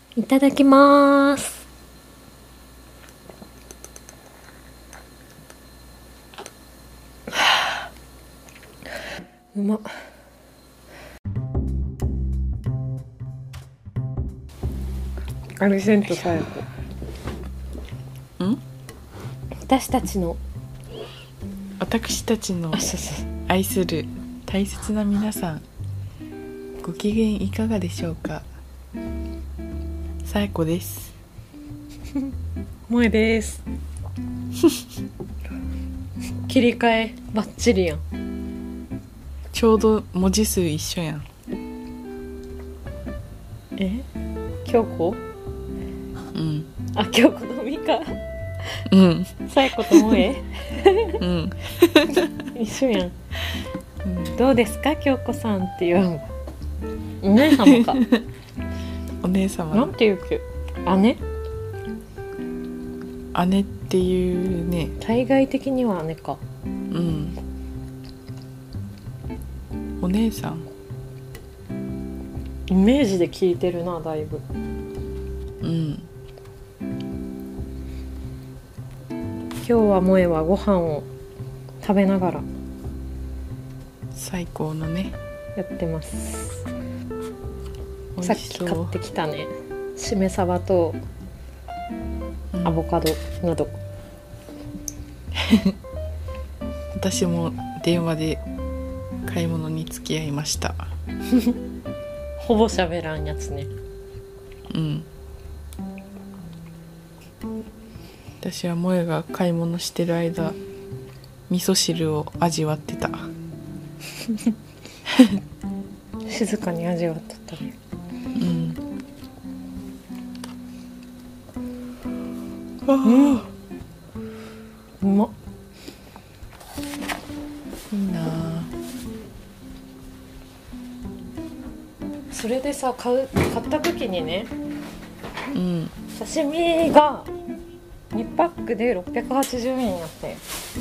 いただきます。うまっ。アルセント最ん私たちの私たちのそうそう愛する大切な皆さん、ご機嫌いかがでしょうか。さえこです。 萌えです。切り替えバッチリやん。 ちょうど文字数一緒やん。 京子？ うん。 あ、京子のみか。 うん。 さえこと萌えうん。 一緒やん。どうですか京子さんって言わんわ。お姉様か。 お姉様。 なんて言うっけ？姉？ 姉っていうね。 対外的には姉か。 うん。お姉さん。 イメージで聞いてるな、だいぶ。 うん。 今日は萌えはご飯を食べながら最高のね。 やってます。 美さっ味しそう。 き買ってきたね、しめ鯖とアボカドなど、 私も電話で買い物に付き合いました。 ほぼ喋らんやつね。 うん。私は萌えが買い物してる間、味噌汁を味わってた。 静かに味わっとったね。 うん。 うまっ。 いいな。 それでさ、買った時にね、 うん。 刺身が2パックで680円やって、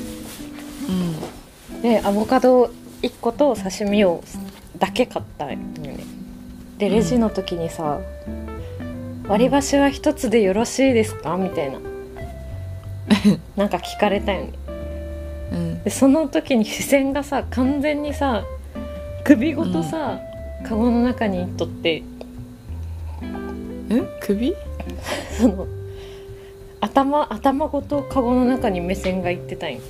うん。 でアボカド1個と刺身をだけ買ったんよね。でレジの時にさ、割り箸は1つでよろしいですかみたいななんか聞かれたよね。 うん。 でその時に視線がさ、完全にさ、首ごとさ、カゴの中にいっとって、 首？ その頭ごとカゴの中に目線がいってたんよ。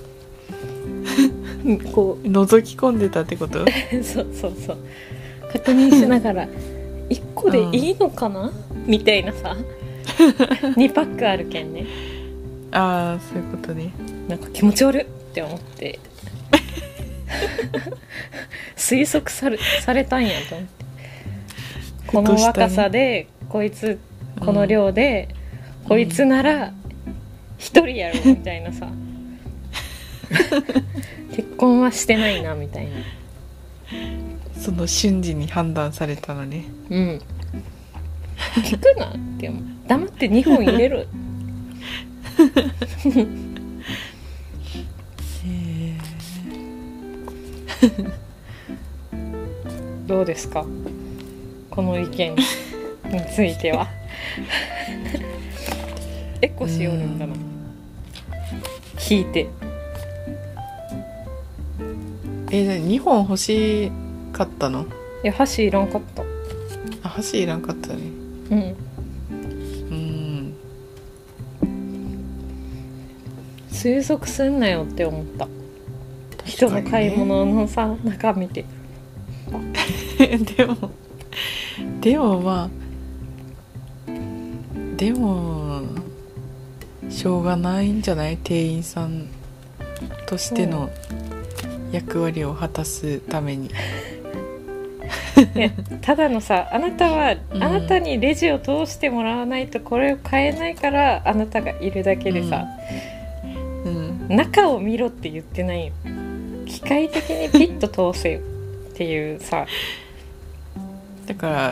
こう覗き込んでたってこと？ そうそうそう、確認しながら1個でいいのかな、みたいなさ2パックあるけんね。 ああ、そういうことね。 なんか気持ち悪いって思って推測されたんやと思って、この若さでこいつこの量で、こいつなら一人やろみたいなさ結婚はしてないなみたいな。 その瞬時に判断されたのね。 うん。聞くなって思う。黙って2本入れる。どうですかこの意見については。エコしよるんかな、聞いて。 2本欲しかったの？ いや、箸いらんかった。 あ、箸いらんかったね。 うん。推測すんなよって思った。人の買い物のさ、中見てでもまあ、でもしょうがないんじゃない？店員さんとしての役割を果たすために。 いや、ただのさ、あなたは、あなたにレジを通してもらわないとこれを買えないから、あなたがいるだけでさ、中を見ろって言ってないよ。機械的にピッと通せよっていうさ。 だから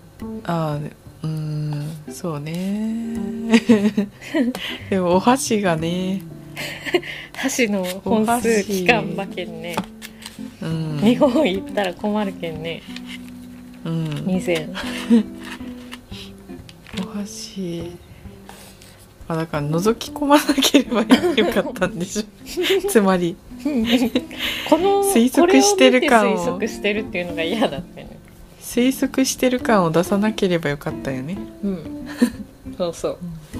そうね。でもお箸がね、 箸の本数期間ばけんね、2本いったら困るけんね。2000 お箸、だから覗き込まなければよかったんでしょつまりこの推測してる感をこれを見て推測してるっていうのが嫌だったよね。 推測してる感を出さなければよかったよね。 うんそうそう、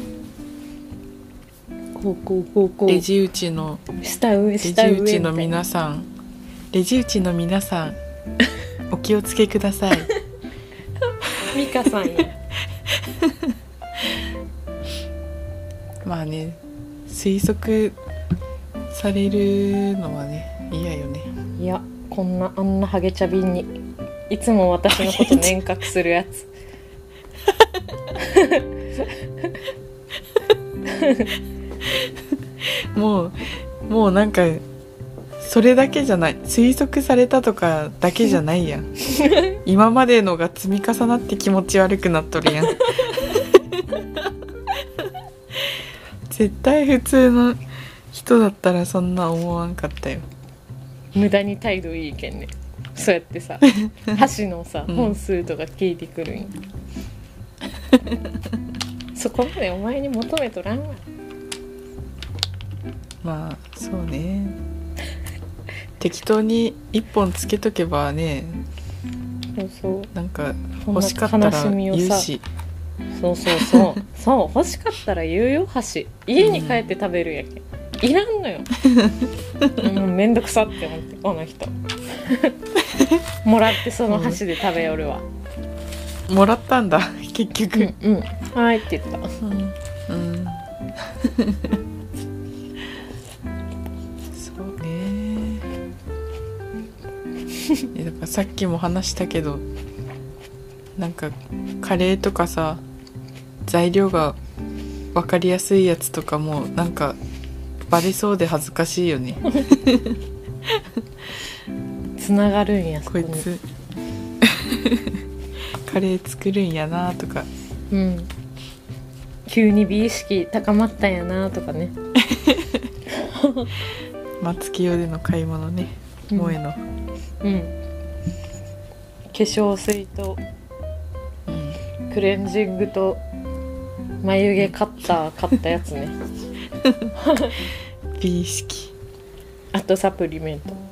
こうレジ打ちの下上レジ下上打ちの皆さん、レジ打ちの皆さんお気をつけください。 ミカさんやまあね、推測されるのはね嫌よね。 いや、こんなあんなハゲチャビンにいつも私のこと年賀するやつもうなんかそれだけじゃない、推測されたとかだけじゃないやん今までのが積み重なって気持ち悪くなっとるやん絶対普通の人だったらそんな思わんかったよ。 無駄に態度いいけんね。そうやってさ箸のさ、 うん本数とか聞いてくるんよそこまでお前に求めとらんわ。 まあそうね、適当に一本つけとけばね、 そうそう、 なんかそんな欲しかったら悲しみをさ言うし、 そうそう欲しかったら言うよ。箸家に帰って食べるやけん、いらんのよもうめんどくさって思って、この人もらってその箸で食べよるわ、 もらったんだ結局。 うんはいって言った。 うんそうねだからさっきも話したけど、なんかカレーとかさ、材料が分かりやすいやつとかもなんかバレそうで恥ずかしいよねつながるんやそこに。 こいつカレー作るんやなとか、 うん急に美意識高まったんやなとかね松清での買い物ね、萌えの、 うん化粧水とクレンジングと眉毛カッター買ったやつね美意識、 あとサプリメント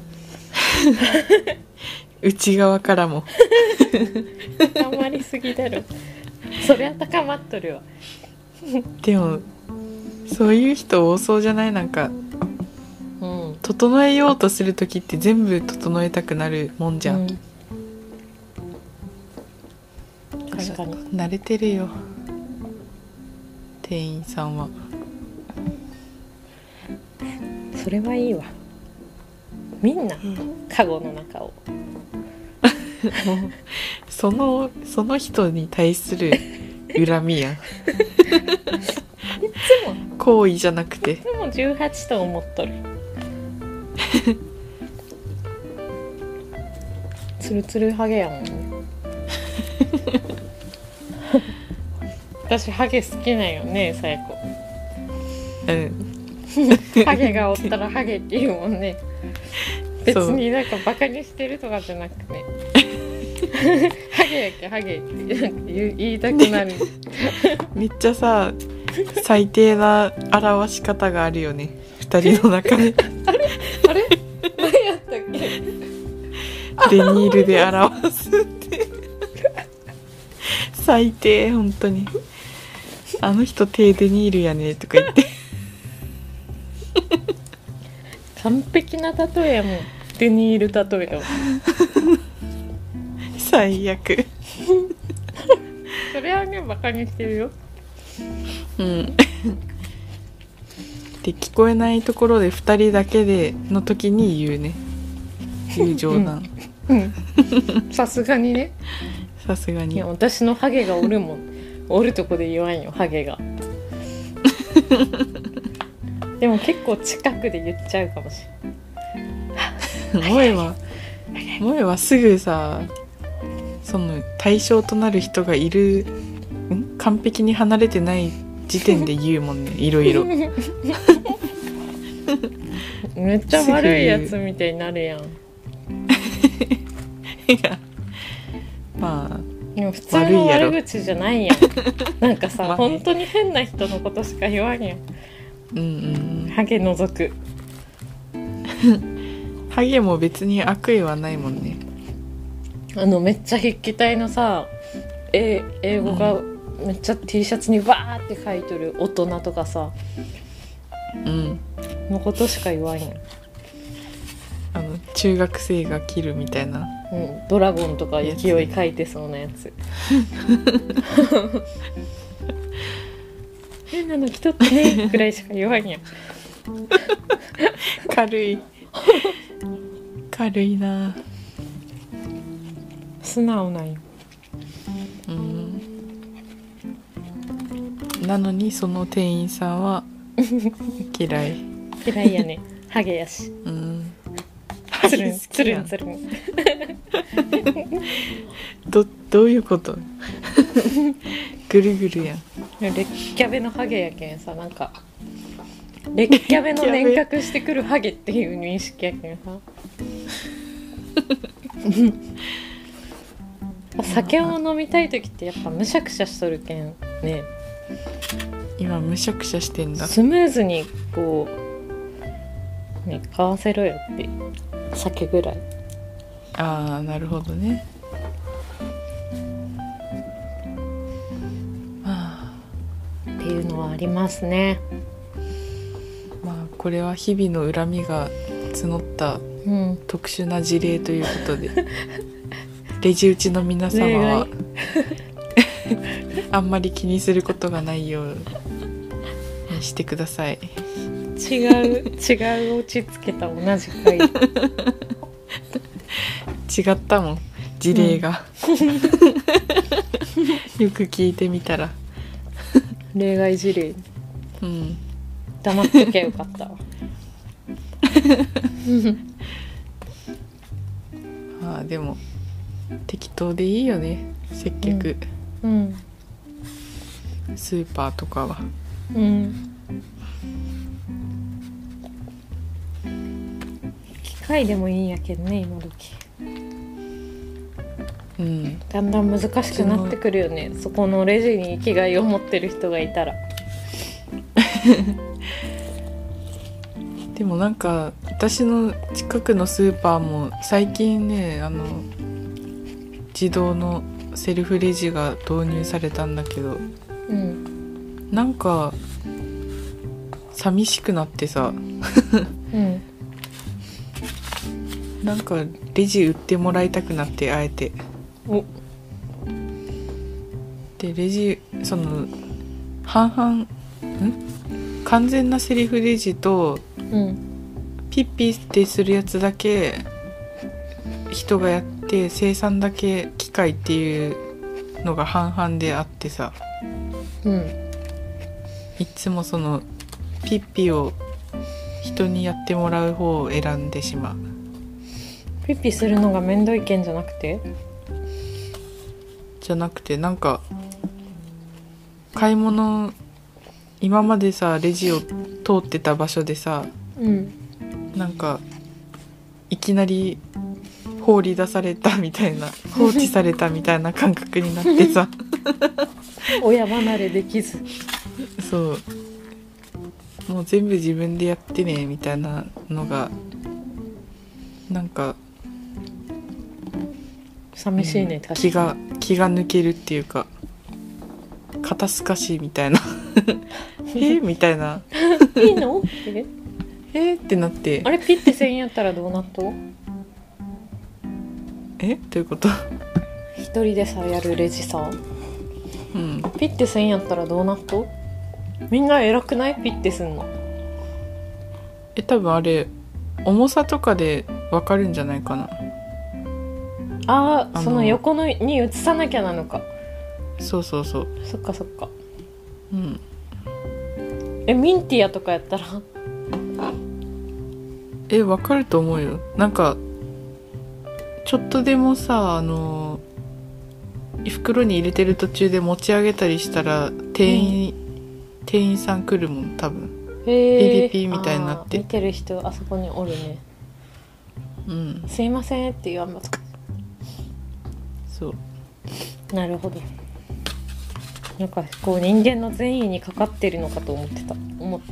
内側からも高まりすぎだろそりゃ高まっとるわ。 でもそういう人多そうじゃない？なんかうん整えようとする時って全部整えたくなるもんじゃん、 確かに慣れてるよ店員さんは。 それはいいわ。みんなカゴの中をその人に対する恨みやい行為じゃなくて、 つも18と思っとるツルツルハゲやもんね私ハゲ好きなんよね、さやこハゲがおったらハゲって言うもんね。別になんかバカにしてるとかじゃなくてねハゲやけハゲってなんか言いたくなるめっちゃさ最低な表し方があるよね、二人の中であれ何やったっけデニールで表すって最低、本当にあの人手デニールやねとか言って完璧な例えやもん、デニール例えよ最悪それはねバカにしてるよ。 うんで聞こえないところで2人だけでの時に言うね、言う冗談、 さすがにね。 さすがに。 いや私のハゲがおるもんおるとこで言わんよハゲがでも結構近くで言っちゃうかもしれない。 萌えはすぐさ、その対象となる人がいる完璧に離れてない時点で言うもんねいろいろめっちゃ悪いやつみたいになるやん。 いやまあでも普通の悪口じゃないやんなんかさ、 まあね本当に変な人のことしか言わんやん。 うんうんハゲ除く。 ハゲも別に悪意はないもんね。 めっちゃ筆記体のさ、英語がめっちゃ T シャツにバーって書いてる大人とかさうんのことしか言わんやん。 中学生が着るみたいな。 ドラゴンとか勢い書いてそうなやつ変なの着とってねぐらいしか言わんやん。 軽い軽いな。 素直なんよ。 うんなのにその店員さんは嫌い。 嫌いやねハゲやし。 うんつるんつるんつるんどういうことぐるぐるやん。 レッキャベのハゲやけんさ、なんかレッキャベの年賀してくるハゲっていう認識やけんさ酒を飲みたい時ってやっぱむしゃくしゃしとるけんね、 今むしゃくしゃしてんだ。 スムーズにこうねかわせろよって酒ぐらい。 ああなるほどね。 っていうのはありますね。 まあこれは日々の恨みが募った特殊な事例ということで、レジ打ちの皆様はあんまり気にすることがないようにしてください。 違う落ち着けた同じ回違ったもん事例が、よく聞いてみたら例外事例。 うん黙っときゃよかったわあでも適当でいいよね接客、 うんスーパーとかは。 機械でもいいんやけどね今時。だんだん難しくなってくるよね。そこのレジに生きがいを持ってる人がいたらでもなんか私の近くのスーパーも最近ね自動のセルフレジが導入されたんだけど、なんか寂しくなってさなんかレジ売ってもらいたくなって、あえてでレジその半々完全なセルフレジと、ピッピってするやつだけ人がやって生産だけ機械っていうのが半々であってさ、いつもそのピッピを人にやってもらう方を選んでしまう。 ピッピするのがめんどいけんじゃなくてなんか買い物今までさレジを通ってた場所でさ、なんかいきなり放り出されたみたいな放置されたみたいな感覚になってさ親離れできず、 そうもう全部自分でやってねみたいなのがなんか寂しいね、確かに気が抜けるっていうか肩透かしみたいなみたいないいのってってなって、 あれピッてせんやったらどうなっと？ どういうこと？ 一人でさやるレジさ、ピッてせんやったらどうなっと？みんな偉くない？ピッてすんの。 多分あれ重さとかで分かるんじゃないかな。 その横のに移さなきゃなのか。 そうそっかそっか。ミンティアとかやったら分かると思うよ。なんかちょっとでもさ袋に入れてる途中で持ち上げたりしたら店員さん来るもん多分。ピピピみたいになって見てる人あそこにおるね。すいませんって言わんば。 そうなるほど。なんかこう人間の善意にかかってるのかと思った。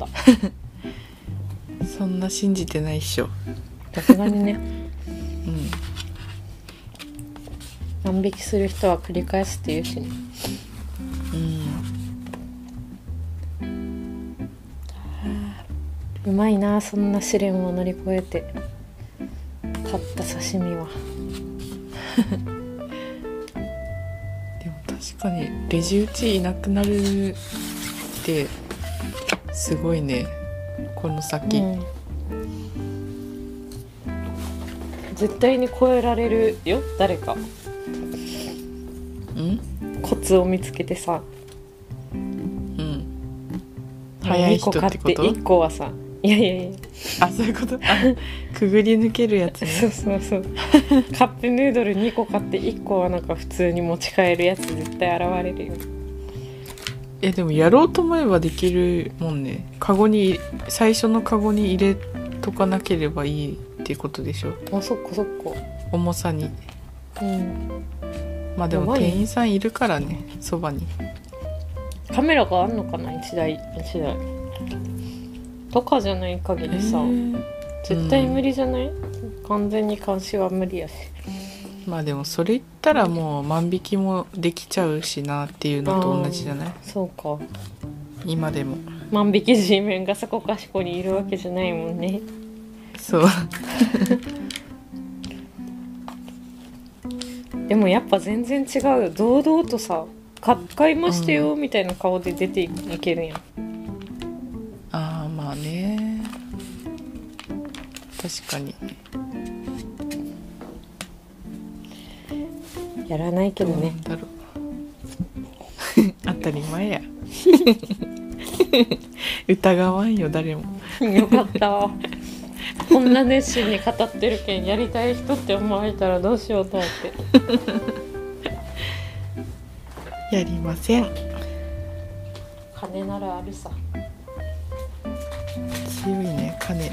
そんな信じてないっしょ。 さすがにね。 うん万引きする人は繰り返すっていうしね。うまいな、そんな試練を乗り越えて買った刺身は。 でも確かにレジ打ちいなくなるってすごいね、この先。 絶対に超えられるよ、誰か。コツを見つけてさ、 早い人ってこと？ 2個買って1個はさ、いやあ、そういうこと。くぐり抜けるやつね。 そうカップヌードル2個買って1個はなんか普通に持ち帰るやつ絶対現れるよ。 でもやろうと思えばできるもんね。最初のカゴに入れとかなければいいっていうことでしょ。 あ、そっか重さに。まあでも店員さんいるからね、そばに。 カメラがあんのかな、1台とかじゃない限りさ、絶対無理じゃない？完全に監視は無理やし。 まあでもそれ言ったらもう万引きもできちゃうしなっていうのと同じじゃない？ そうか。 今でも万引き G メンがそこかしこにいるわけじゃないもんね。 そうでもやっぱ全然違うよ。堂々とさ、買いましたよみたいな顔で出ていけるやん。 ああ、まあね、確かに。 やらないけどね。 だろう当たり前や疑わんよ誰も。 よかったわ。こんな熱心に語ってるけんやりたい人って思われたらどうしようと思ってやりません。 金ならあるさ。 強いね、金。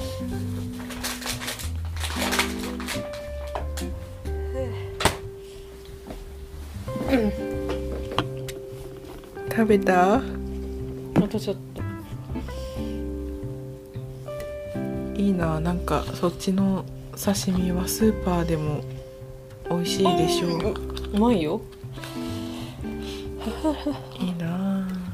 食べた？ あとちょっと。 いいな、なんかそっちの刺身はスーパーでも美味しいでしょう。 うまいよ。 いいな。